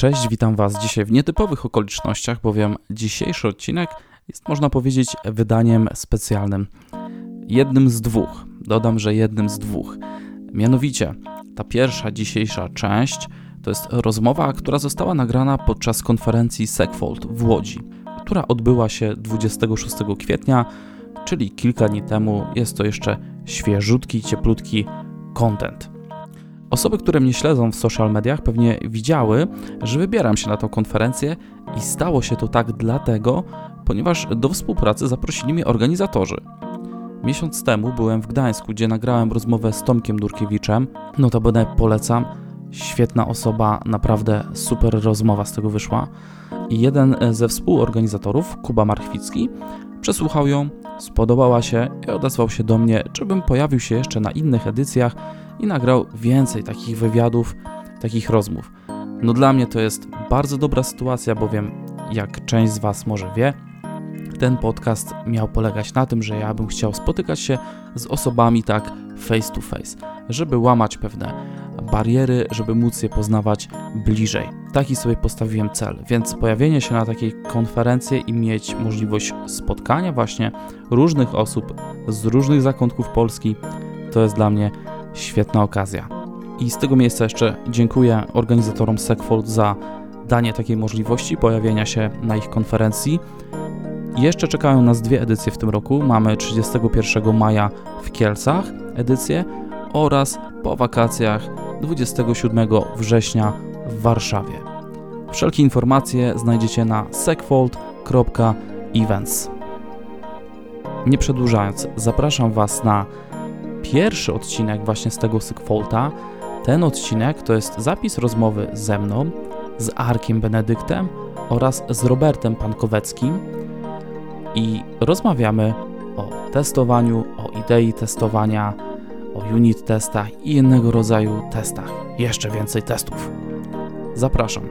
Cześć, witam Was dzisiaj w nietypowych okolicznościach, bowiem dzisiejszy odcinek jest, można powiedzieć, wydaniem specjalnym. Jednym z dwóch. Dodam, że jednym z dwóch. Mianowicie, ta pierwsza dzisiejsza część to jest rozmowa, która została nagrana podczas konferencji SecFold w Łodzi, która odbyła się 26 kwietnia, czyli kilka dni temu. Jest to jeszcze świeżutki, cieplutki content. Osoby, które mnie śledzą w social mediach, pewnie widziały, że wybieram się na tę konferencję i stało się to tak dlatego, ponieważ do współpracy zaprosili mnie organizatorzy. Miesiąc temu byłem w Gdańsku, gdzie nagrałem rozmowę z Tomkiem Durkiewiczem. Notabene polecam, świetna osoba, naprawdę super rozmowa z tego wyszła. I jeden ze współorganizatorów, Kuba Marchwicki, przesłuchał ją, spodobała się i odezwał się do mnie, żebym pojawił się jeszcze na innych edycjach i nagrał więcej takich wywiadów, takich rozmów. No dla mnie to jest bardzo dobra sytuacja, bowiem jak część z Was może wie, ten podcast miał polegać na tym, że ja bym chciał spotykać się z osobami tak face to face, żeby łamać pewne bariery, żeby móc je poznawać bliżej. Taki sobie postawiłem cel, więc pojawienie się na takiej konferencji i mieć możliwość spotkania właśnie różnych osób z różnych zakątków Polski, to jest dla mnie świetna okazja. I z tego miejsca jeszcze dziękuję organizatorom SecFold za danie takiej możliwości pojawienia się na ich konferencji. Jeszcze czekają nas dwie edycje w tym roku. Mamy 31 maja w Kielcach edycję oraz po wakacjach 27 września w Warszawie. Wszelkie informacje znajdziecie na secfold.events. Nie przedłużając, zapraszam Was na pierwszy odcinek właśnie z tego SecFolda. Ten odcinek to jest zapis rozmowy ze mną, z Arkiem Benedyktem oraz z Robertem Pankoweckim i rozmawiamy o testowaniu, o idei testowania, o unit testach i innego rodzaju testach. Jeszcze więcej testów. Zapraszam.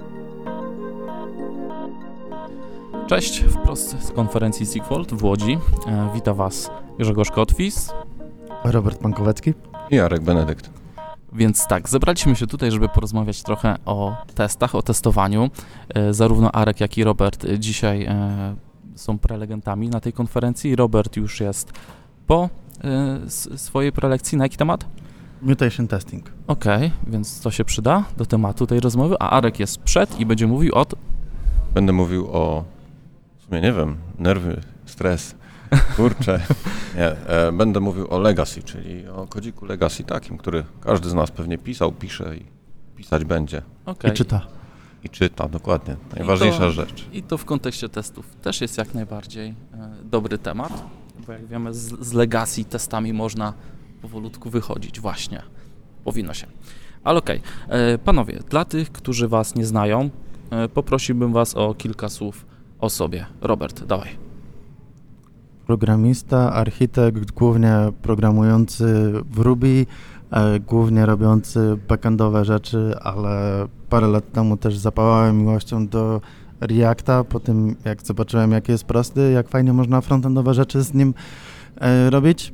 Cześć, wprost z konferencji SecFold w Łodzi. Witam Was Grzegorz Kotwis, Robert Pankowecki i Arek Benedykt. Więc tak, zebraliśmy się tutaj, żeby porozmawiać trochę o testach, o testowaniu. Zarówno Arek, jak i Robert dzisiaj są prelegentami na tej konferencji. Robert już jest po swojej prelekcji. Na jaki temat? Mutation testing. Okej, więc to się przyda do tematu tej rozmowy, a Arek jest przed i będzie mówił o... Będę mówił o, w sumie nie wiem, nerwy, stres, kurczę. Nie, będę mówił o legacy, czyli o kodziku legacy takim, który każdy z nas pewnie pisał, pisze i pisać będzie. Okay. I czyta, dokładnie. Najważniejsza rzecz. I to w kontekście testów też jest jak najbardziej dobry temat, bo jak wiemy z legacy testami można powolutku wychodzić właśnie. Powinno się. Ale okej. Panowie, dla tych, którzy Was nie znają, poprosiłbym Was o kilka słów o sobie. Robert, dawaj. Programista, architekt, głównie programujący w Ruby, głównie robiący backendowe rzeczy, ale parę lat temu też zapałałem miłością do Reacta, po tym jak zobaczyłem, jaki jest prosty, jak fajnie można frontendowe rzeczy z nim robić.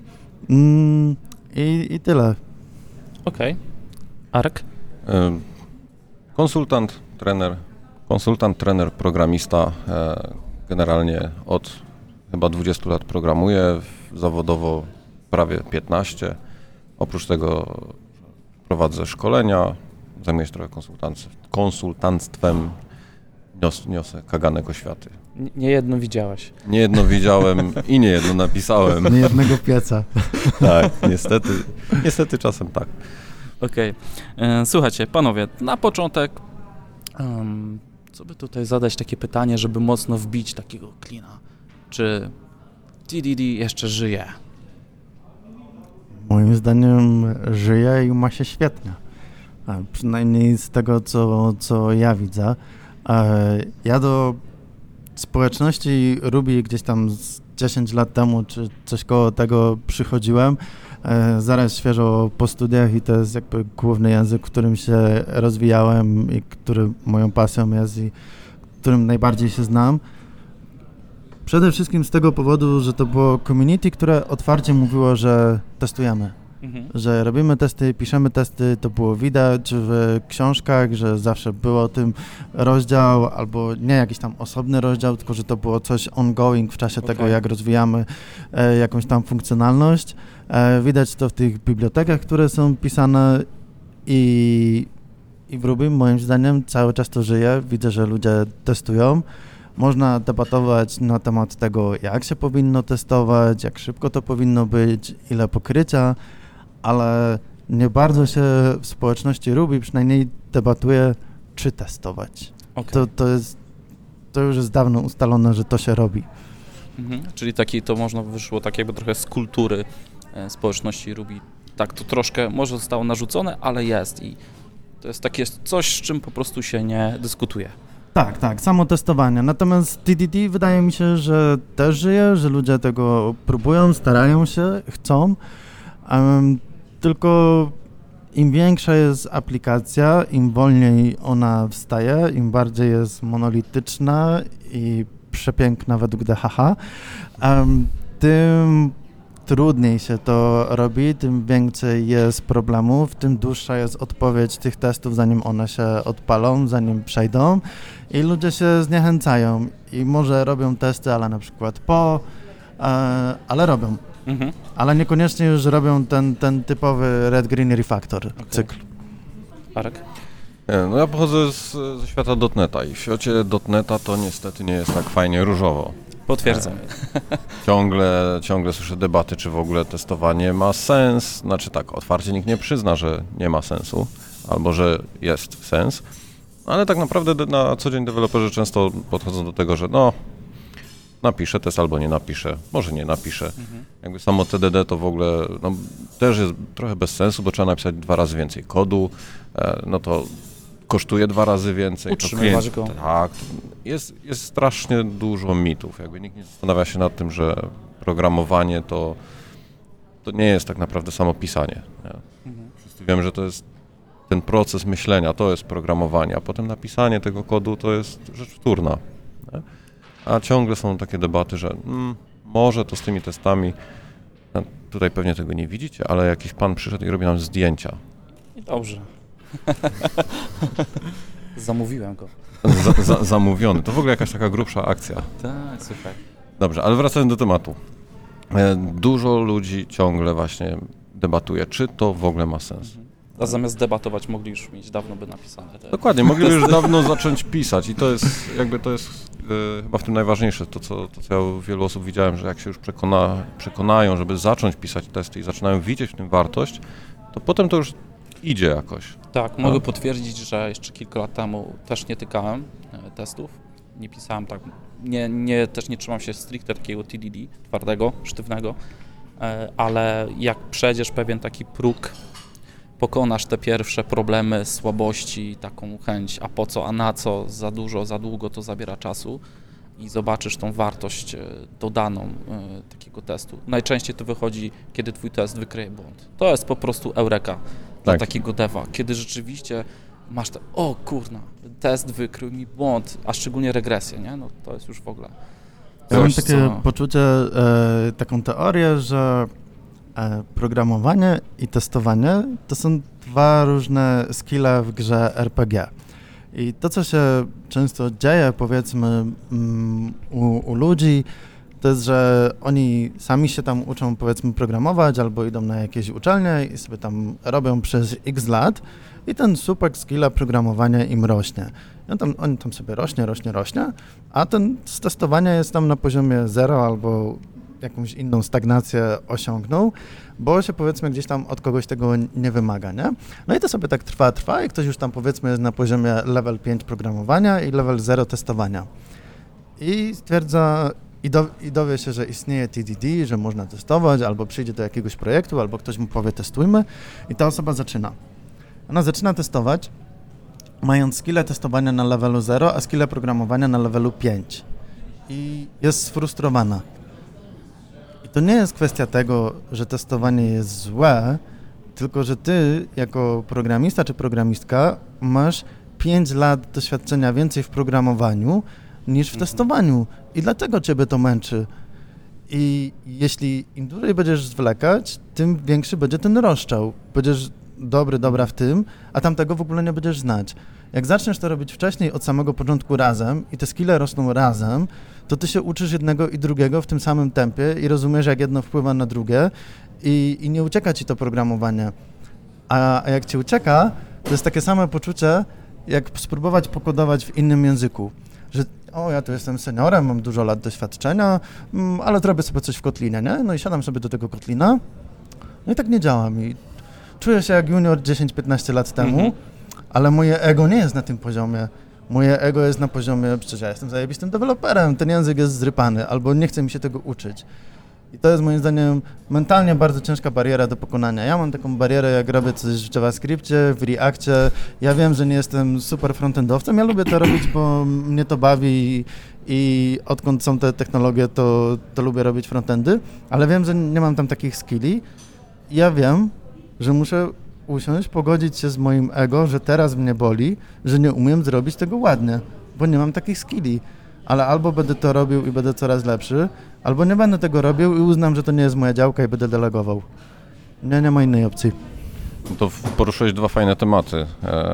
I tyle. Okej. Arek? Konsultant, trener, programista. Generalnie od chyba 20 lat programuję, zawodowo prawie 15. Oprócz tego prowadzę szkolenia, zajmuję się trochę konsultantstwem, niosę kaganek oświaty. Nie jedno widziałeś. Nie jedno widziałem i nie jedno napisałem. Nie jednego pieca. Tak, niestety czasem tak. Okej. Słuchajcie, panowie, na początek co by tutaj zadać takie pytanie, żeby mocno wbić takiego klina. Czy TDD jeszcze żyje? Moim zdaniem żyje i ma się świetnie. Przynajmniej z tego, co ja widzę. Ja do społeczności Ruby gdzieś tam z 10 lat temu, czy coś koło tego przychodziłem, zaraz świeżo po studiach i to jest jakby główny język, w którym się rozwijałem i który moją pasją jest i którym najbardziej się znam. Przede wszystkim z tego powodu, że to było community, które otwarcie mówiło, że testujemy. Że robimy testy, piszemy testy, to było widać w książkach, że zawsze było o tym rozdział, albo nie jakiś tam osobny rozdział, tylko że to było coś ongoing w czasie tego, jak rozwijamy jakąś tam funkcjonalność. Widać to w tych bibliotekach, które są pisane i w Ruby moim zdaniem cały czas to żyje. Widzę, że ludzie testują. Można debatować na temat tego, jak się powinno testować, jak szybko to powinno być, ile pokrycia, ale nie bardzo się w społeczności Ruby przynajmniej debatuje, czy testować. Okay. To już jest dawno ustalone, że to się robi. Czyli to można wyszło tak jakby trochę z kultury społeczności Ruby. Tak, to troszkę może zostało narzucone, ale jest i to jest takie coś, z czym po prostu się nie dyskutuje. Tak, samo testowanie. Natomiast TDD wydaje mi się, że też żyje, że ludzie tego próbują, starają się, chcą. Tylko im większa jest aplikacja, im wolniej ona wstaje, im bardziej jest monolityczna i przepiękna według DHH, tym trudniej się to robi, tym więcej jest problemów, tym dłuższa jest odpowiedź tych testów, zanim one się odpalą, zanim przejdą i ludzie się zniechęcają i może robią testy, ale na przykład ale robią. Ale niekoniecznie już robią ten typowy red, green refactor cykl. Marek? No ja pochodzę ze świata .NETA i w świecie .NETA to niestety nie jest tak fajnie różowo. Potwierdzam. Ciągle słyszę debaty, czy w ogóle testowanie ma sens. Znaczy tak, otwarcie nikt nie przyzna, że nie ma sensu, albo że jest sens, ale tak naprawdę na co dzień deweloperzy często podchodzą do tego, że napiszę test albo nie napiszę, może nie napiszę. Jakby samo TDD to w ogóle też jest trochę bez sensu, bo trzeba napisać 2 razy więcej kodu, to kosztuje 2 razy więcej. Utrzymywać go. Tak, jest strasznie dużo mitów. Jakby nikt nie zastanawia się nad tym, że programowanie to nie jest tak naprawdę samo pisanie. Wszyscy wiemy, że to jest ten proces myślenia, to jest programowanie, a potem napisanie tego kodu to jest rzecz wtórna. Nie? A ciągle są takie debaty, że może to z tymi testami, tutaj pewnie tego nie widzicie, ale jakiś pan przyszedł i robi nam zdjęcia. I dobrze. Zamówiłem go. Zamówiony. To w ogóle jakaś taka grubsza akcja. Tak, super. Dobrze, ale wracając do tematu. Dużo ludzi ciągle właśnie debatuje, czy to w ogóle ma sens. A zamiast debatować mogli już mieć dawno by napisane. Dokładnie, mogli już dawno zacząć pisać i to jest chyba w tym najważniejsze, to co ja u wielu osób widziałem, że jak się już przekonają, żeby zacząć pisać testy i zaczynają widzieć w tym wartość, to potem to już idzie jakoś. Tak, mogę potwierdzić, że jeszcze kilka lat temu też nie tykałem testów, nie pisałem tak, też nie trzymam się stricte takiego TDD, twardego, sztywnego, ale jak przejdziesz pewien taki próg, pokonasz te pierwsze problemy, słabości, taką chęć, a po co, a na co, za dużo, za długo to zabiera czasu i zobaczysz tą wartość dodaną takiego testu. Najczęściej to wychodzi, kiedy twój test wykryje błąd. To jest po prostu eureka dla takiego deva, kiedy rzeczywiście masz o kurna, test wykrył mi błąd, a szczególnie regresję, nie? No to jest już w ogóle Ja mam takie poczucie, taką teorię, że programowanie i testowanie to są 2 różne skille w grze RPG. I to, co się często dzieje, powiedzmy, u ludzi, to jest, że oni sami się tam uczą, powiedzmy, programować albo idą na jakieś uczelnie i sobie tam robią przez x lat i ten słupek skilla programowania im rośnie. I on tam sobie rośnie, a ten z testowania jest tam na poziomie 0 albo jakąś inną stagnację osiągnął, bo się, powiedzmy, gdzieś tam od kogoś tego nie wymaga, nie? No i to sobie tak trwa i ktoś już tam, powiedzmy, jest na poziomie level 5 programowania i level 0 testowania. I stwierdza i dowie się, że istnieje TDD, że można testować, albo przyjdzie do jakiegoś projektu, albo ktoś mu powie testujmy i ta osoba zaczyna. Ona zaczyna testować, mając skillę testowania na levelu 0, a skillę programowania na levelu 5. I jest sfrustrowana. I to nie jest kwestia tego, że testowanie jest złe, tylko że ty jako programista czy programistka masz 5 lat doświadczenia więcej w programowaniu niż w testowaniu. I dlatego ciebie to męczy. I jeśli im dłużej będziesz zwlekać, tym większy będzie ten rozstrzał. Będziesz dobra w tym, a tamtego w ogóle nie będziesz znać. Jak zaczniesz to robić wcześniej, od samego początku razem i te skille rosną razem, to ty się uczysz jednego i drugiego w tym samym tempie i rozumiesz, jak jedno wpływa na drugie i nie ucieka ci to programowanie. A jak ci ucieka, to jest takie same poczucie, jak spróbować pokodować w innym języku. Że ja tu jestem seniorem, mam dużo lat doświadczenia, ale zrobię sobie coś w Kotlinie, nie? No i siadam sobie do tego Kotlina, no i tak nie działam i czuję się jak junior 10-15 lat temu, ale moje ego nie jest na tym poziomie. Moje ego jest na poziomie, przecież ja jestem zajebistym deweloperem, ten język jest zrypany, albo nie chce mi się tego uczyć. I to jest moim zdaniem mentalnie bardzo ciężka bariera do pokonania. Ja mam taką barierę, jak robię coś w JavaScriptie, w Reactie. Ja wiem, że nie jestem super frontendowcem, ja lubię to robić, bo mnie to bawi i odkąd są te technologie, to lubię robić frontendy, ale wiem, że nie mam tam takich skilli. Ja wiem, że muszę usiąść, pogodzić się z moim ego, że teraz mnie boli, że nie umiem zrobić tego ładnie, bo nie mam takich skilli. Ale albo będę to robił i będę coraz lepszy, albo nie będę tego robił i uznam, że to nie jest moja działka i będę delegował. Nie ma innej opcji. To poruszyłeś dwa fajne tematy.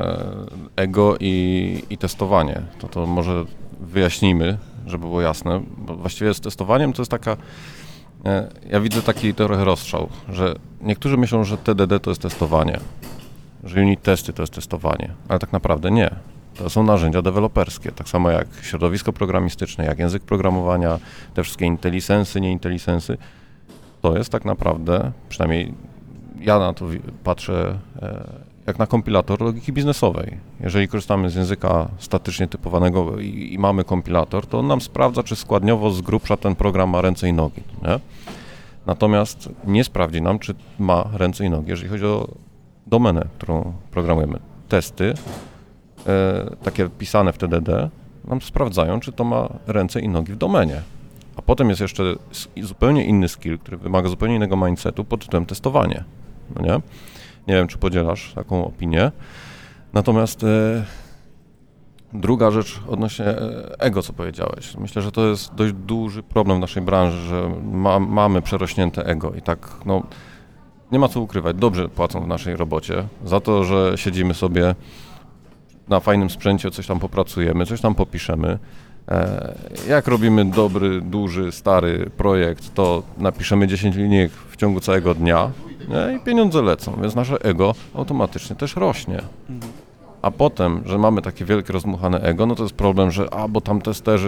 Ego i testowanie. To może wyjaśnijmy, żeby było jasne, bo właściwie z testowaniem to jest taka... Ja widzę taki trochę rozstrzał, że niektórzy myślą, że TDD to jest testowanie, że unit testy to jest testowanie, ale tak naprawdę nie. To są narzędzia deweloperskie, tak samo jak środowisko programistyczne, jak język programowania, te wszystkie IntelliSensy, nie IntelliSensy. To jest tak naprawdę, przynajmniej ja na to patrzę jak na kompilator logiki biznesowej. Jeżeli korzystamy z języka statycznie typowanego i mamy kompilator, to on nam sprawdza, czy składniowo z grubsza ten program ma ręce i nogi. Nie? Natomiast nie sprawdzi nam, czy ma ręce i nogi, jeżeli chodzi o domenę, którą programujemy. Testy, takie pisane w TDD, nam sprawdzają, czy to ma ręce i nogi w domenie. A potem jest jeszcze zupełnie inny skill, który wymaga zupełnie innego mindsetu pod tytułem testowanie. No nie? Nie wiem, czy podzielasz taką opinię. Natomiast druga rzecz odnośnie ego, co powiedziałeś. Myślę, że to jest dość duży problem w naszej branży, że mamy przerośnięte ego i tak, no, nie ma co ukrywać. Dobrze płacą w naszej robocie za to, że siedzimy sobie na fajnym sprzęcie, coś tam popracujemy, coś tam popiszemy. Jak robimy dobry, duży, stary projekt, to napiszemy 10 linijek w ciągu całego dnia, nie? I pieniądze lecą, więc nasze ego automatycznie też rośnie. A potem, że mamy takie wielkie, rozmuchane ego, no to jest problem, że bo tam testerzy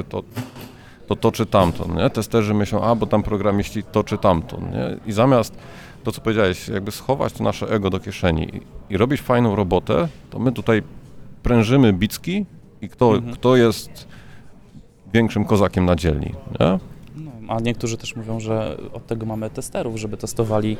to czy tamto, nie? Testerzy myślą, bo tam programiści to czy tamto, nie? I zamiast to, co powiedziałeś, jakby schować to nasze ego do kieszeni i robić fajną robotę, to my tutaj prężymy bicki i kto jest większym kozakiem na dzielni, nie? No, a niektórzy też mówią, że od tego mamy testerów, żeby testowali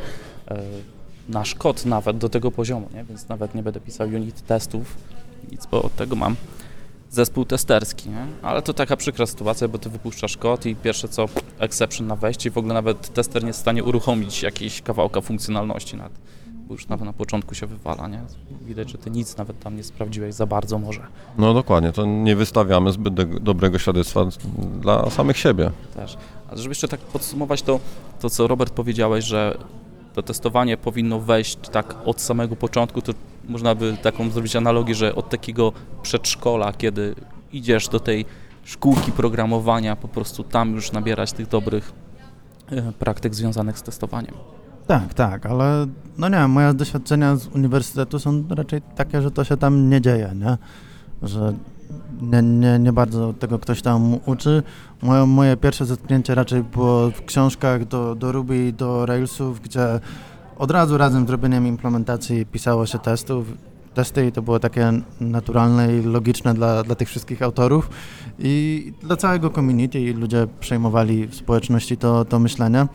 nasz kod nawet do tego poziomu, nie? Więc nawet nie będę pisał unit testów, nic, bo od tego mam zespół testerski, nie? Ale to taka przykra sytuacja, bo ty wypuszczasz kod i pierwsze co, exception na wejście i w ogóle nawet tester nie jest w stanie uruchomić jakiejś kawałka funkcjonalności, bo już nawet na początku się wywala, nie? Widać, że ty nic nawet tam nie sprawdziłeś za bardzo może. No dokładnie, to nie wystawiamy zbyt dobrego świadectwa dla samych siebie. Też. Ale żeby jeszcze tak podsumować to co Robert powiedziałeś, że to testowanie powinno wejść tak od samego początku, to można by taką zrobić analogię, że od takiego przedszkola, kiedy idziesz do tej szkółki programowania, po prostu tam już nabierać tych dobrych praktyk związanych z testowaniem. Tak, ale no nie wiem, moje doświadczenia z uniwersytetu są raczej takie, że to się tam nie dzieje, nie? Że nie bardzo tego ktoś tam uczy. Moje pierwsze zetknięcie raczej było w książkach do Ruby i do Railsów, gdzie od razu razem z zrobieniem implementacji pisało się testy i to było takie naturalne i logiczne dla tych wszystkich autorów i dla całego community i ludzie przejmowali w społeczności to myślenie.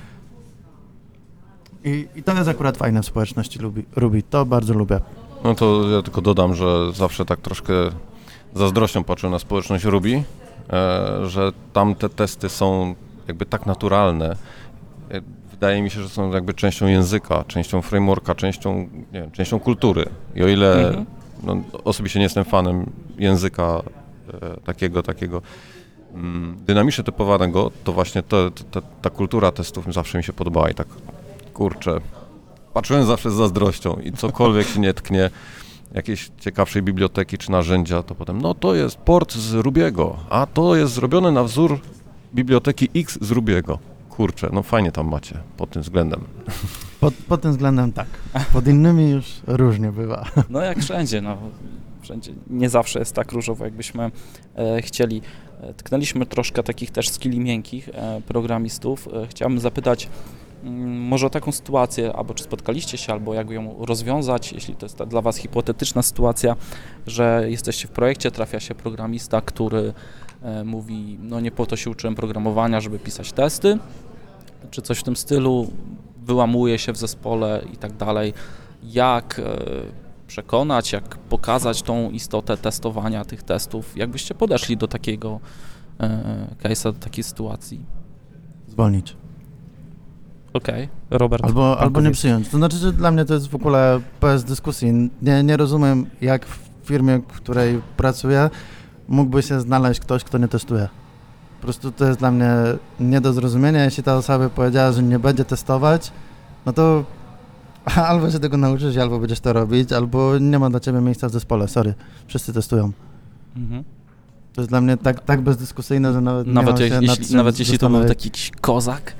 I to jest akurat fajne w społeczności Ruby, to bardzo lubię. No to ja tylko dodam, że zawsze tak troszkę zazdrością patrzę na społeczność Ruby, że tam te testy są jakby tak naturalne. Wydaje mi się, że są jakby częścią języka, częścią frameworka, częścią kultury. I o ile osobiście nie jestem fanem języka takiego dynamicznie typowanego, to właśnie ta kultura testów zawsze mi się podobała i tak, kurczę, patrzyłem zawsze z zazdrością i cokolwiek się nie tknie, jakiejś ciekawszej biblioteki czy narzędzia, to potem, no to jest port z Rubiego, a to jest zrobione na wzór biblioteki X z Rubiego. Kurczę, no fajnie tam macie pod tym względem. Pod tym względem tak. Pod innymi już różnie bywa. No jak wszędzie, wszędzie. Nie zawsze jest tak różowo, jakbyśmy chcieli. Tknęliśmy troszkę takich też skilli miękkich programistów. Chciałbym zapytać może o taką sytuację, albo czy spotkaliście się, albo jak ją rozwiązać, jeśli to jest dla was hipotetyczna sytuacja, że jesteście w projekcie, trafia się programista, który mówi, no nie po to się uczyłem programowania, żeby pisać testy, czy coś w tym stylu, wyłamuje się w zespole i tak dalej. Jak przekonać, jak pokazać tą istotę testowania tych testów? Jak byście podeszli do takiego case'a, do takiej sytuacji? Zwolnić. Okej, Robert. Albo nie przyjąć. To znaczy, że dla mnie to jest w ogóle bez dyskusji. Nie rozumiem, jak w firmie, w której pracuję, mógłby się znaleźć ktoś, kto nie testuje. Po prostu to jest dla mnie nie do zrozumienia. Jeśli ta osoba powiedziała, że nie będzie testować, no to albo się tego nauczysz, albo będziesz to robić, albo nie ma dla ciebie miejsca w zespole. Sorry, wszyscy testują. Mhm. To jest dla mnie tak bezdyskusyjne, że nawet jeśli to był taki jakiś kozak.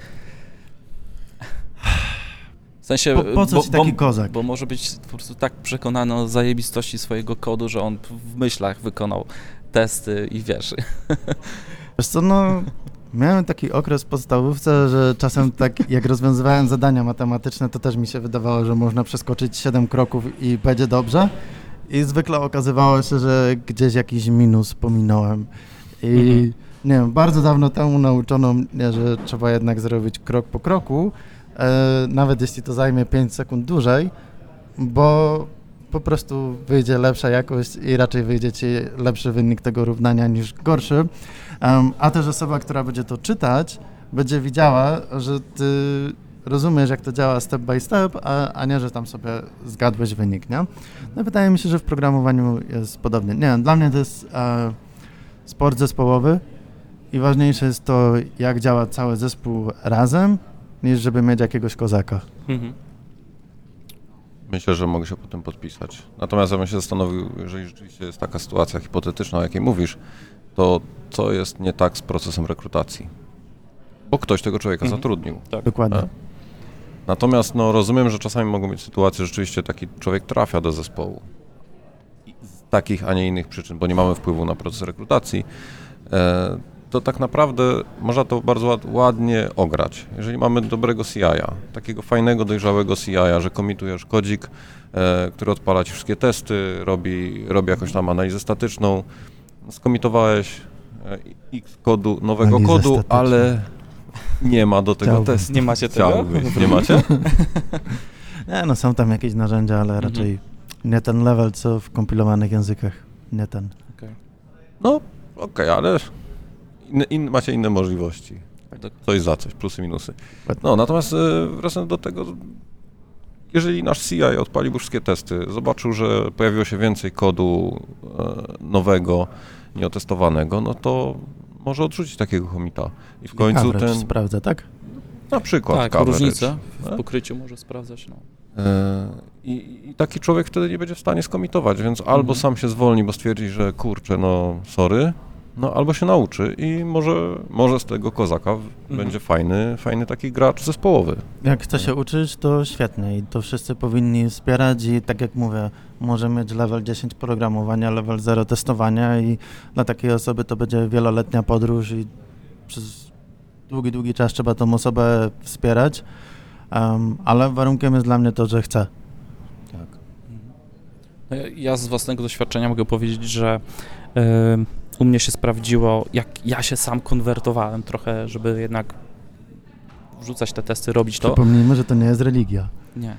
W sensie, po co ci taki kozak? Bo może być po prostu tak przekonany o zajebistości swojego kodu, że on w myślach wykonał testy i wiesz. Wiesz co, miałem taki okres w podstawówce, że czasem tak jak rozwiązywałem zadania matematyczne, to też mi się wydawało, że można przeskoczyć 7 kroków i będzie dobrze. I zwykle okazywało się, że gdzieś jakiś minus pominąłem. I nie wiem, bardzo dawno temu nauczono mnie, że trzeba jednak zrobić krok po kroku, nawet jeśli to zajmie 5 sekund dłużej, bo po prostu wyjdzie lepsza jakość i raczej wyjdzie ci lepszy wynik tego równania niż gorszy. A też osoba, która będzie to czytać, będzie widziała, że ty rozumiesz, jak to działa step by step, a nie, że tam sobie zgadłeś wynik, nie? No wydaje mi się, że w programowaniu jest podobnie. Nie wiem, dla mnie to jest sport zespołowy i ważniejsze jest to, jak działa cały zespół razem, niż żeby mieć jakiegoś kozaka. Mhm. Myślę, że mogę się po tym podpisać. Natomiast ja bym się zastanowił, jeżeli rzeczywiście jest taka sytuacja hipotetyczna, o jakiej mówisz, to co jest nie tak z procesem rekrutacji? Bo ktoś tego człowieka zatrudnił. Tak. Dokładnie. Natomiast rozumiem, że czasami mogą być sytuacje, że rzeczywiście taki człowiek trafia do zespołu. Z takich, a nie innych przyczyn, bo nie mamy wpływu na proces rekrutacji, to tak naprawdę można to bardzo ładnie ograć. Jeżeli mamy dobrego CI-a, takiego fajnego, dojrzałego CI-a, że komitujesz kodzik, który odpala ci wszystkie testy, robi jakąś tam analizę statyczną, skomitowałeś x kodu, nowego kodu, ale nie ma do tego testu. Nie macie tego? Nie macie? Nie, są tam jakieś narzędzia, ale raczej nie ten level, co w kompilowanych językach. Nie ten. Okej, ale macie inne możliwości. Coś za coś, plusy, minusy. Natomiast wracając do tego, jeżeli nasz CI odpalił wszystkie testy, zobaczył, że pojawiło się więcej kodu nowego, nieotestowanego, no to może odrzucić takiego commita. I w końcu coverage sprawdza, tak? Na przykład tak, coverage. Różnicę w pokryciu może sprawdzać. I taki człowiek wtedy nie będzie w stanie skomitować, więc albo sam się zwolni, bo stwierdzi, że kurczę, sorry, albo się nauczy i może z tego kozaka będzie fajny taki gracz zespołowy. Jak chce się uczyć, to świetnie i to wszyscy powinni wspierać i tak jak mówię, może mieć level 10 programowania, level 0 testowania i dla takiej osoby to będzie wieloletnia podróż i przez długi czas trzeba tą osobę wspierać, ale warunkiem jest dla mnie to, że chce. Tak. Ja z własnego doświadczenia mogę powiedzieć, że u mnie się sprawdziło, jak ja się sam konwertowałem trochę, żeby jednak wrzucać te testy, robić to. Przypomnijmy, że to nie jest religia. Nie.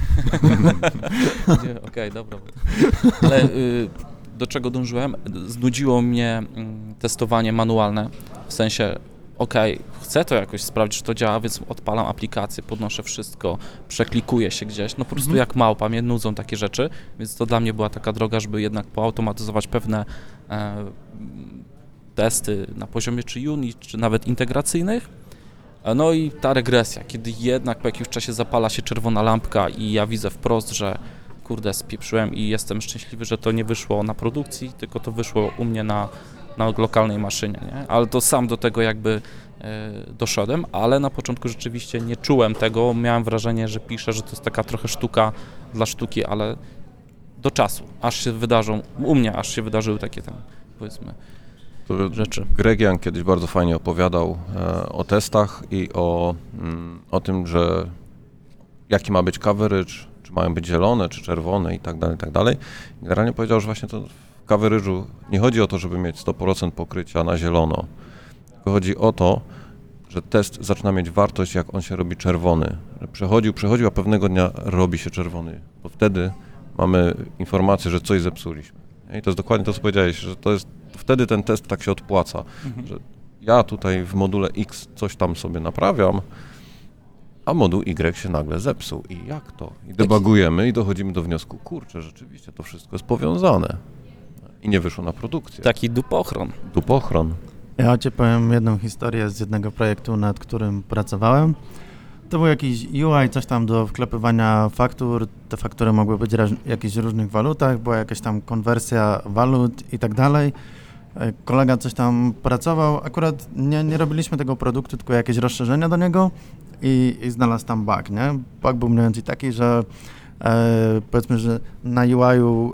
Okej, dobra. Ale do czego dążyłem? Znudziło mnie testowanie manualne, w sensie chcę to jakoś sprawdzić, czy to działa, więc odpalam aplikację, podnoszę wszystko, przeklikuję się gdzieś, po prostu jak małpa, mnie nudzą takie rzeczy, więc to dla mnie była taka droga, żeby jednak poautomatyzować pewne testy na poziomie czy unit, czy nawet integracyjnych. No i ta regresja, kiedy jednak po jakimś czasie zapala się czerwona lampka i ja widzę wprost, że kurde, spieprzyłem i jestem szczęśliwy, że to nie wyszło na produkcji, tylko to wyszło u mnie na lokalnej maszynie, nie? Ale to sam do tego jakby doszedłem, ale na początku rzeczywiście nie czułem tego, miałem wrażenie, że piszę, że to jest taka trochę sztuka dla sztuki, ale do czasu, aż się wydarzyły takie tam, powiedzmy, rzeczy. Greg Young kiedyś bardzo fajnie opowiadał o testach i o tym, że jaki ma być coverage, czy mają być zielone, czy czerwone i tak dalej, i tak dalej. Generalnie powiedział, że właśnie to w coverage'u nie chodzi o to, żeby mieć 100% pokrycia na zielono, tylko chodzi o to, że test zaczyna mieć wartość, jak on się robi czerwony. Że przechodził, a pewnego dnia robi się czerwony, bo wtedy mamy informację, że coś zepsuliśmy. I to jest dokładnie to, co powiedziałeś, że to jest wtedy ten test tak się odpłaca, że ja tutaj w module X coś tam sobie naprawiam, a moduł Y się nagle zepsuł. I jak to? I debugujemy i dochodzimy do wniosku, kurczę, rzeczywiście to wszystko jest powiązane. I nie wyszło na produkcję. Taki dupochron. Dupochron. Ja ci powiem jedną historię z jednego projektu, nad którym pracowałem. To był jakiś UI, coś tam do wklepywania faktur. Te faktury mogły być w jakichś różnych walutach, była jakaś tam konwersja walut i tak dalej. Kolega coś tam pracował, akurat nie robiliśmy tego produktu, tylko jakieś rozszerzenia do niego i znalazł tam bug, nie? Bug był mniej więcej taki, że powiedzmy, że na UI-u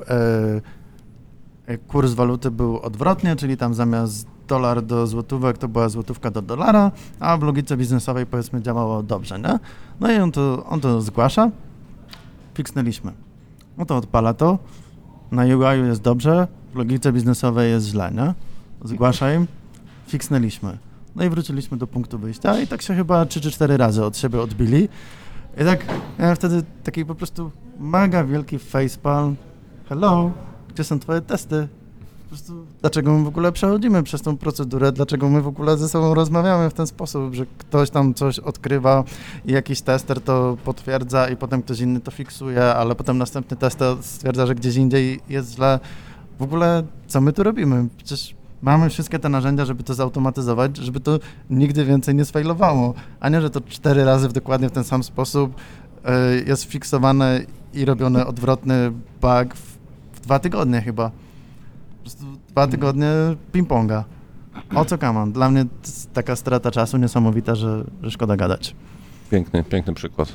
kurs waluty był odwrotnie, czyli tam zamiast dolar do złotówek to była złotówka do dolara, a w logice biznesowej powiedzmy działało dobrze, nie? No i on to zgłasza, fiksnęliśmy. No to odpala to, na UI-u jest dobrze, w logice biznesowej jest źle, nie? Zgłasza im, fiksnęliśmy. No i wróciliśmy do punktu wyjścia i tak się chyba 3 czy 4 razy od siebie odbili. I tak miałem wtedy taki po prostu mega wielki facepalm. Hello, gdzie są twoje testy? Po prostu, dlaczego my w ogóle przechodzimy przez tą procedurę? Dlaczego my w ogóle ze sobą rozmawiamy w ten sposób, że ktoś tam coś odkrywa i jakiś tester to potwierdza i potem ktoś inny to fiksuje, ale potem następny tester stwierdza, że gdzieś indziej jest źle. W ogóle co my tu robimy? Przecież mamy wszystkie te narzędzia, żeby to zautomatyzować, żeby to nigdy więcej nie sfailowało, a nie, że to 4 razy dokładnie w ten sam sposób jest fiksowane i robiony odwrotny bug w 2 tygodnie chyba. Po prostu 2 tygodnie ping-ponga. O co kaman? Dla mnie to jest taka strata czasu niesamowita, że szkoda gadać. Piękny przykład.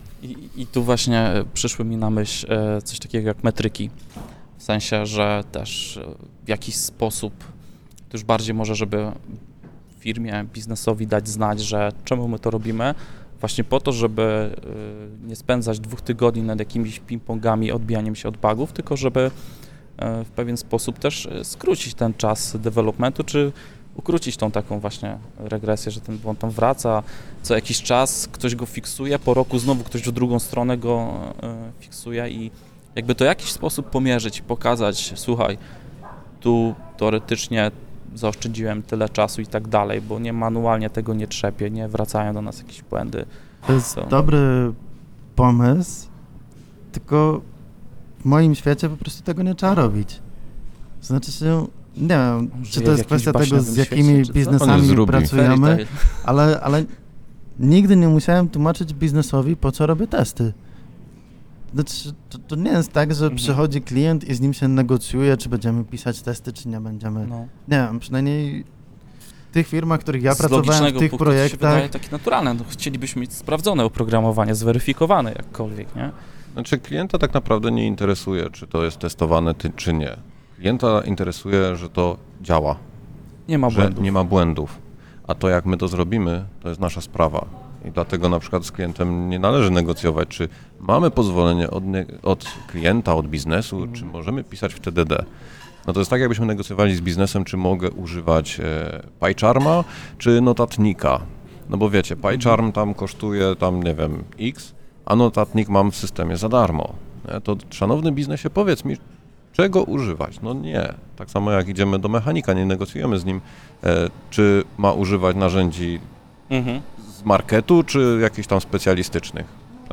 I tu właśnie przyszły mi na myśl coś takiego jak metryki. W sensie, że też w jakiś sposób to już bardziej może, żeby firmie, biznesowi dać znać, że czemu my to robimy, właśnie po to, żeby nie spędzać 2 tygodni nad jakimiś ping-pongami, odbijaniem się od bugów, tylko żeby w pewien sposób też skrócić ten czas developmentu, czy ukrócić tą taką właśnie regresję, że ten błąd tam wraca, co jakiś czas ktoś go fiksuje, po roku znowu ktoś w drugą stronę go fiksuje i jakby to w jakiś sposób pomierzyć, pokazać, słuchaj, tu teoretycznie zaoszczędziłem tyle czasu i tak dalej, bo nie manualnie tego nie trzepię, nie wracają do nas jakieś błędy. To jest dobry pomysł, tylko w moim świecie po prostu tego nie trzeba robić. Znaczy się, nie wiem, czy to jest kwestia tego, z jakimi biznesami pracujemy, ale nigdy nie musiałem tłumaczyć biznesowi, po co robię testy. Znaczy, to nie jest tak, że przychodzi klient i z nim się negocjuje, czy będziemy pisać testy, czy nie będziemy. No. Nie wiem, przynajmniej w tych firmach, w których ja pracowałem, w tych projektach. To się wydaje takie naturalne. No, chcielibyśmy mieć sprawdzone oprogramowanie, zweryfikowane jakkolwiek, nie? Znaczy klienta tak naprawdę nie interesuje, czy to jest testowane, czy nie. Klienta interesuje, że to działa. Nie ma błędów. Że nie ma błędów. A to, jak my to zrobimy, to jest nasza sprawa. I dlatego na przykład z klientem nie należy negocjować, czy mamy pozwolenie od klienta, od biznesu, czy możemy pisać w TDD. No to jest tak, jakbyśmy negocjowali z biznesem, czy mogę używać PyCharma, czy notatnika. No bo wiecie, PyCharm tam kosztuje tam, nie wiem, X, a notatnik mam w systemie za darmo. To szanowny biznesie, powiedz mi, czego używać? No nie. Tak samo jak idziemy do mechanika, nie negocjujemy z nim, czy ma używać narzędzi z marketu, czy jakichś tam specjalistycznych.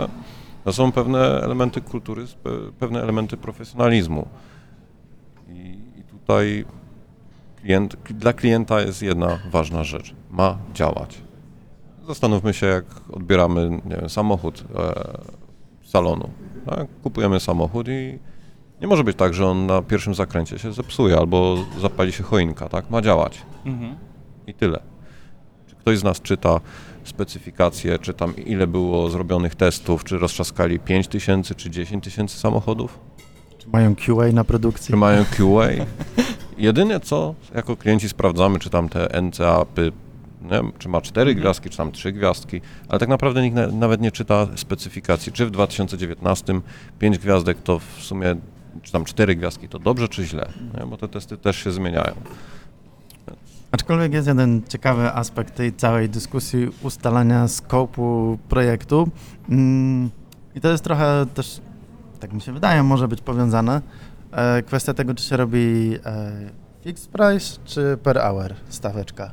To są pewne elementy kultury, pewne elementy profesjonalizmu. I tutaj Dla klienta jest jedna ważna rzecz. Ma działać. Zastanówmy się, jak odbieramy, nie wiem, samochód z salonu. Tak? Kupujemy samochód i nie może być tak, że on na pierwszym zakręcie się zepsuje albo zapali się choinka, tak? Ma działać. I tyle. Czy ktoś z nas czyta specyfikacje, czy tam ile było zrobionych testów, czy roztrzaskali 5 000 czy 10 000 samochodów? Czy mają QA na produkcji? Czy mają QA? Jedyne co jako klienci sprawdzamy, czy tam te NCAP-y, czy ma 4 gwiazdki, czy tam 3 gwiazdki, ale tak naprawdę nikt nawet nie czyta specyfikacji, czy w 2019 5 gwiazdek to w sumie, czy tam 4 gwiazdki to dobrze, czy źle, nie? Bo te testy też się zmieniają. Aczkolwiek jest jeden ciekawy aspekt tej całej dyskusji ustalania skopu projektu i to jest trochę też, tak mi się wydaje, może być powiązane. Kwestia tego, czy się robi fixed price, czy per hour staweczka.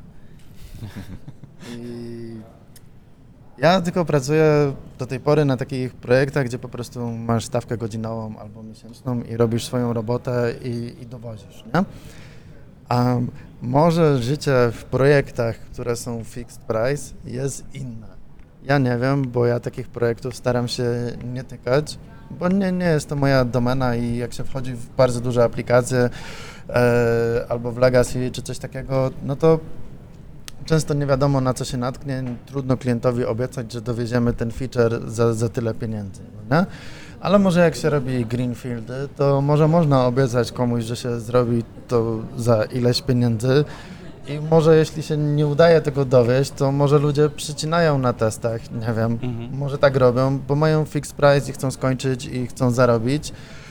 I ja tylko pracuję do tej pory na takich projektach, gdzie po prostu masz stawkę godzinową albo miesięczną i robisz swoją robotę i dowozisz, nie? A może życie w projektach, które są fixed price, jest inne. Ja nie wiem, bo ja takich projektów staram się nie tykać, bo nie jest to moja domena i jak się wchodzi w bardzo duże aplikacje albo w legacy czy coś takiego, no to często nie wiadomo, na co się natknie, trudno klientowi obiecać, że dowieziemy ten feature za tyle pieniędzy, nie? Ale może jak się robi greenfieldy, to może można obiecać komuś, że się zrobi to za ileś pieniędzy i może jeśli się nie udaje tego dowieść, to może ludzie przycinają na testach, nie wiem, może tak robią, bo mają fixed price i chcą skończyć i chcą zarobić,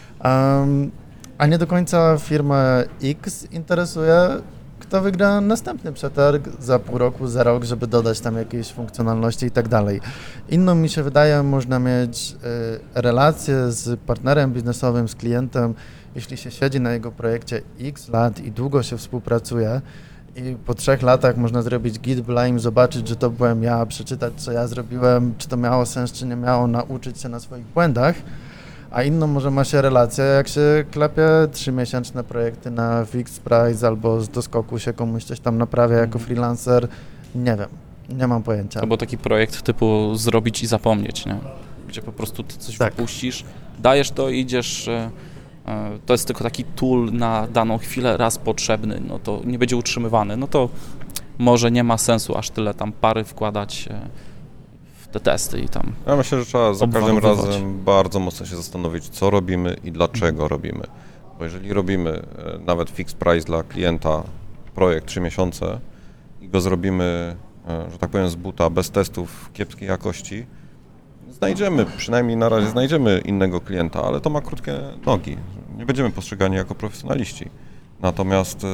a nie do końca firmę X interesuje, kto wygra następny przetarg za pół roku, za rok, żeby dodać tam jakieś funkcjonalności i tak dalej. Inną mi się wydaje, można mieć relacje z partnerem biznesowym, z klientem, jeśli się siedzi na jego projekcie X lat i długo się współpracuje i po 3 latach można zrobić git blame, zobaczyć, że to byłem ja, przeczytać, co ja zrobiłem, czy to miało sens, czy nie miało, nauczyć się na swoich błędach. A inną może ma się relację, jak się klepie 3-miesięczne projekty na fixed price albo z doskoku się komuś coś tam naprawia jako freelancer. Nie wiem, nie mam pojęcia. Albo taki projekt typu zrobić i zapomnieć, nie? Gdzie po prostu ty coś wypuścisz, dajesz to i idziesz, to jest tylko taki tool na daną chwilę, raz potrzebny, no to nie będzie utrzymywany, no to może nie ma sensu aż tyle tam pary wkładać te testy i tam. Ja myślę, że trzeba za każdym razem bardzo mocno się zastanowić, co robimy i dlaczego robimy. Bo jeżeli robimy nawet fixed price dla klienta, projekt 3 miesiące i go zrobimy, że tak powiem, z buta, bez testów kiepskiej jakości, znajdziemy, przynajmniej na razie znajdziemy innego klienta, ale to ma krótkie nogi. Nie będziemy postrzegani jako profesjonaliści. Natomiast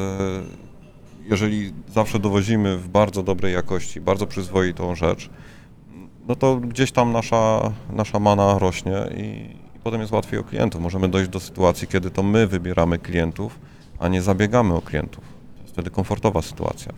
jeżeli zawsze dowozimy w bardzo dobrej jakości, bardzo przyzwoitą rzecz, no to gdzieś tam nasza mana rośnie i potem jest łatwiej o klientów. Możemy dojść do sytuacji, kiedy to my wybieramy klientów, a nie zabiegamy o klientów. To jest wtedy komfortowa sytuacja.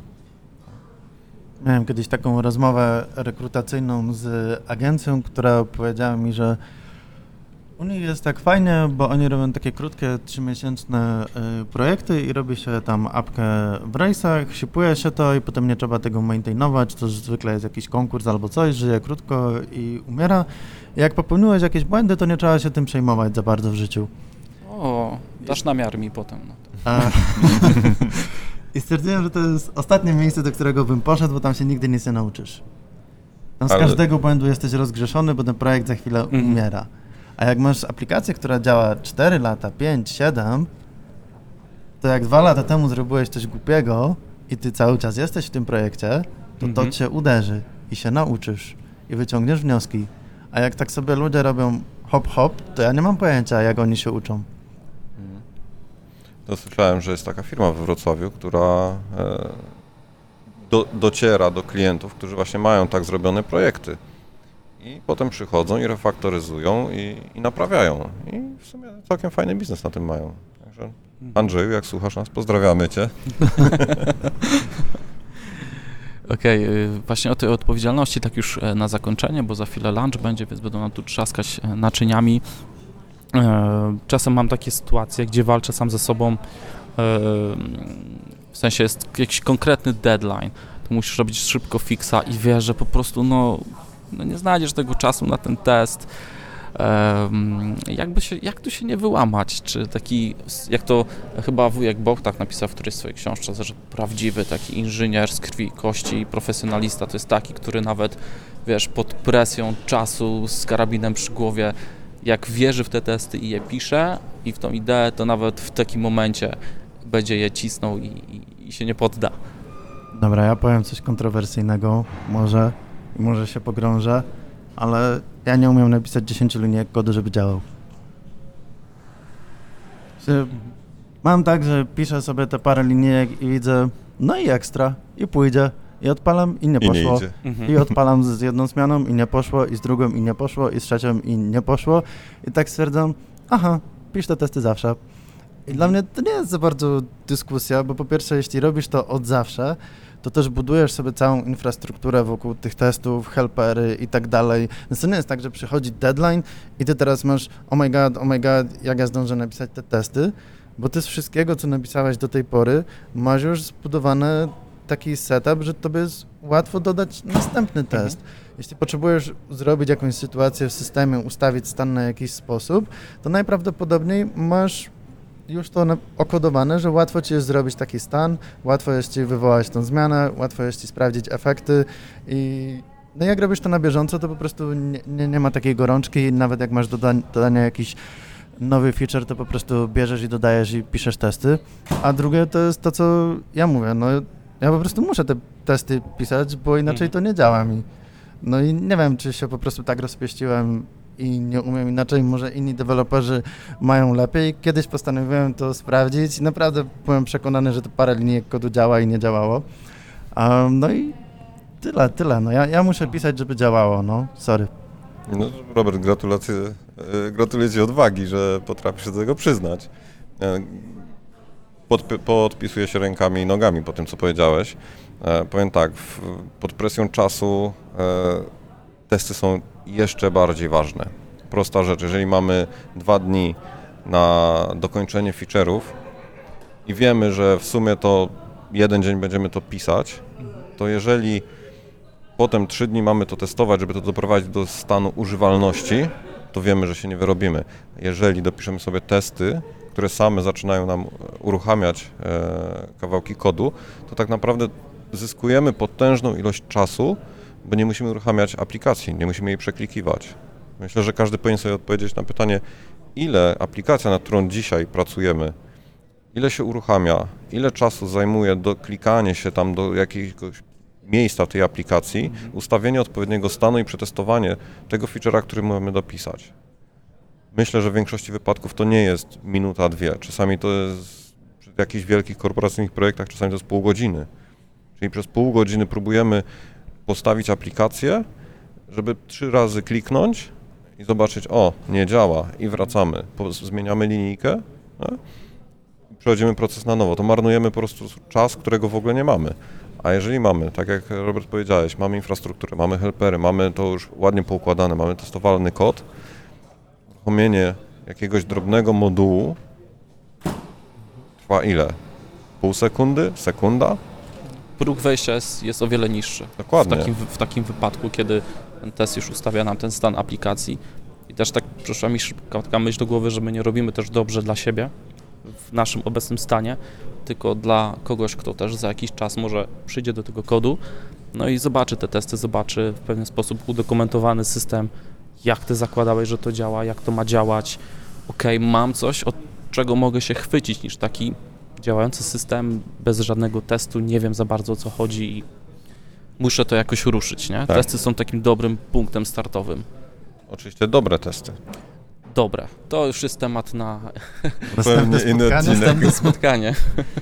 Miałem kiedyś taką rozmowę rekrutacyjną z agencją, która powiedziała mi, że u nich jest tak fajnie, bo oni robią takie krótkie 3-miesięczne projekty i robi się tam apkę w rejsach, shipuje się to i potem nie trzeba tego maintainować, to zwykle jest jakiś konkurs albo coś, żyje krótko i umiera. I jak popełniłeś jakieś błędy, to nie trzeba się tym przejmować za bardzo w życiu. O, dasz namiar mi potem. No to. I stwierdziłem, że to jest ostatnie miejsce, do którego bym poszedł, bo tam się nigdy nic nie nauczysz. Tam z każdego błędu jesteś rozgrzeszony, bo ten projekt za chwilę umiera. A jak masz aplikację, która działa 4 lata, 5, 7, to jak 2 lata temu zrobiłeś coś głupiego i ty cały czas jesteś w tym projekcie, to cię uderzy i się nauczysz i wyciągniesz wnioski. A jak tak sobie ludzie robią hop, to ja nie mam pojęcia, jak oni się uczą. To słyszałem, że jest taka firma we Wrocławiu, która dociera do klientów, którzy właśnie mają tak zrobione projekty. I potem przychodzą i refaktoryzują i naprawiają. I w sumie całkiem fajny biznes na tym mają. Także Andrzeju, jak słuchasz nas, pozdrawiamy Cię. Okej, właśnie o tej odpowiedzialności tak już na zakończenie, bo za chwilę lunch będzie, więc będą nam tu trzaskać naczyniami. Czasem mam takie sytuacje, gdzie walczę sam ze sobą w sensie jest jakiś konkretny deadline, to musisz robić szybko fixa i wiesz, że po prostu no nie znajdziesz tego czasu na ten test. Jak tu się nie wyłamać, czy taki, jak to chyba wujek Boch tak napisał w którejś swojej książce, że prawdziwy taki inżynier z krwi i kości i profesjonalista to jest taki, który nawet, wiesz, pod presją czasu z karabinem przy głowie, jak wierzy w te testy i je pisze i w tą ideę, to nawet w takim momencie będzie je cisnął i się nie podda. Dobra, ja powiem coś kontrowersyjnego, może się pogrążę, ale ja nie umiem napisać 10 linijek kodu, żeby działał. Mam tak, że piszę sobie te parę linijek i widzę, no i ekstra, i pójdzie, i odpalam i nie poszło. I odpalam z jedną zmianą i nie poszło, i z drugą i nie poszło, i z trzecią i nie poszło. I tak stwierdzam, aha, pisz te testy zawsze. I dla mnie to nie jest za bardzo dyskusja, bo po pierwsze, jeśli robisz to od zawsze, to też budujesz sobie całą infrastrukturę wokół tych testów, helpery i tak dalej. Więc to nie jest tak, że przychodzi deadline i ty teraz masz oh my god, jak ja zdążę napisać te testy, bo ty z wszystkiego, co napisałeś do tej pory, masz już zbudowany taki setup, że tobie jest łatwo dodać następny test. Jeśli potrzebujesz zrobić jakąś sytuację w systemie, ustawić stan na jakiś sposób, to najprawdopodobniej masz już to okodowane, że łatwo ci jest zrobić taki stan, łatwo jest ci wywołać tą zmianę, łatwo jest ci sprawdzić efekty i no jak robisz to na bieżąco, to po prostu nie ma takiej gorączki i nawet jak masz dodania jakiś nowy feature, to po prostu bierzesz i dodajesz i piszesz testy. A drugie to jest to, co ja mówię, no ja po prostu muszę te testy pisać, bo inaczej to nie działa mi. No i nie wiem, czy się po prostu tak rozpieściłem i nie umiem inaczej, może inni deweloperzy mają lepiej. Kiedyś postanowiłem to sprawdzić i naprawdę byłem przekonany, że to parę linijek kodu działa i nie działało. No i tyle. No ja muszę pisać, żeby działało, no sorry. No, Robert, gratuluję Ci odwagi, że potrafisz się do tego przyznać. Podpisuję się rękami i nogami po tym, co powiedziałeś. Powiem tak, pod presją czasu testy są jeszcze bardziej ważne. Prosta rzecz, jeżeli mamy 2 dni na dokończenie feature'ów i wiemy, że w sumie to 1 dzień będziemy to pisać, to jeżeli potem 3 dni mamy to testować, żeby to doprowadzić do stanu używalności, to wiemy, że się nie wyrobimy. Jeżeli dopiszemy sobie testy, które same zaczynają nam uruchamiać kawałki kodu, to tak naprawdę zyskujemy potężną ilość czasu, bo nie musimy uruchamiać aplikacji, nie musimy jej przeklikiwać. Myślę, że każdy powinien sobie odpowiedzieć na pytanie, ile aplikacja, nad którą dzisiaj pracujemy, ile się uruchamia, ile czasu zajmuje klikanie się tam do jakiegoś miejsca w tej aplikacji, ustawienie odpowiedniego stanu i przetestowanie tego feature'a, który mamy dopisać. Myślę, że w większości wypadków to nie jest minuta, 2. Czasami to jest przy jakichś wielkich korporacyjnych projektach, czasami to jest pół godziny. Czyli przez pół godziny próbujemy postawić aplikację, żeby 3 razy kliknąć i zobaczyć, nie działa i wracamy. Zmieniamy linijkę, przechodzimy proces na nowo. To marnujemy po prostu czas, którego w ogóle nie mamy. A jeżeli mamy, tak jak Robert powiedziałeś, mamy infrastrukturę, mamy helpery, mamy to już ładnie poukładane, mamy testowalny kod, uruchomienie jakiegoś drobnego modułu trwa ile? Pół sekundy? Sekunda? Próg wejścia jest o wiele niższy. Dokładnie. W takim wypadku, kiedy ten test już ustawia nam ten stan aplikacji. I też tak przyszła mi szybka taka myśl do głowy, że my nie robimy też dobrze dla siebie w naszym obecnym stanie, tylko dla kogoś, kto też za jakiś czas może przyjdzie do tego kodu, no i zobaczy te testy, zobaczy w pewien sposób udokumentowany system, jak ty zakładałeś, że to działa, jak to ma działać. Okej, mam coś, od czego mogę się chwycić, niż taki działający system bez żadnego testu, nie wiem za bardzo o co chodzi i muszę to jakoś ruszyć, nie? Tak. Testy są takim dobrym punktem startowym. Oczywiście dobre testy. Dobre, to już jest temat na Następne spotkanie.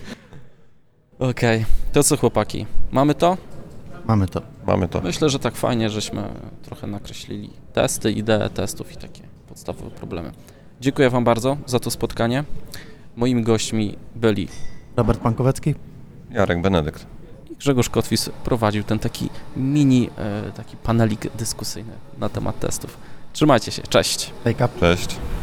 Okej, to co chłopaki, mamy to? Mamy to. Myślę, że tak fajnie, żeśmy trochę nakreślili testy, idee testów i takie podstawowe problemy. Dziękuję Wam bardzo za to spotkanie. Moimi gośćmi byli Robert Pankowecki. Jarek Benedykt. i Grzegorz Kotwis prowadził ten taki taki panelik dyskusyjny na temat testów. Trzymajcie się, cześć! Take up. Cześć.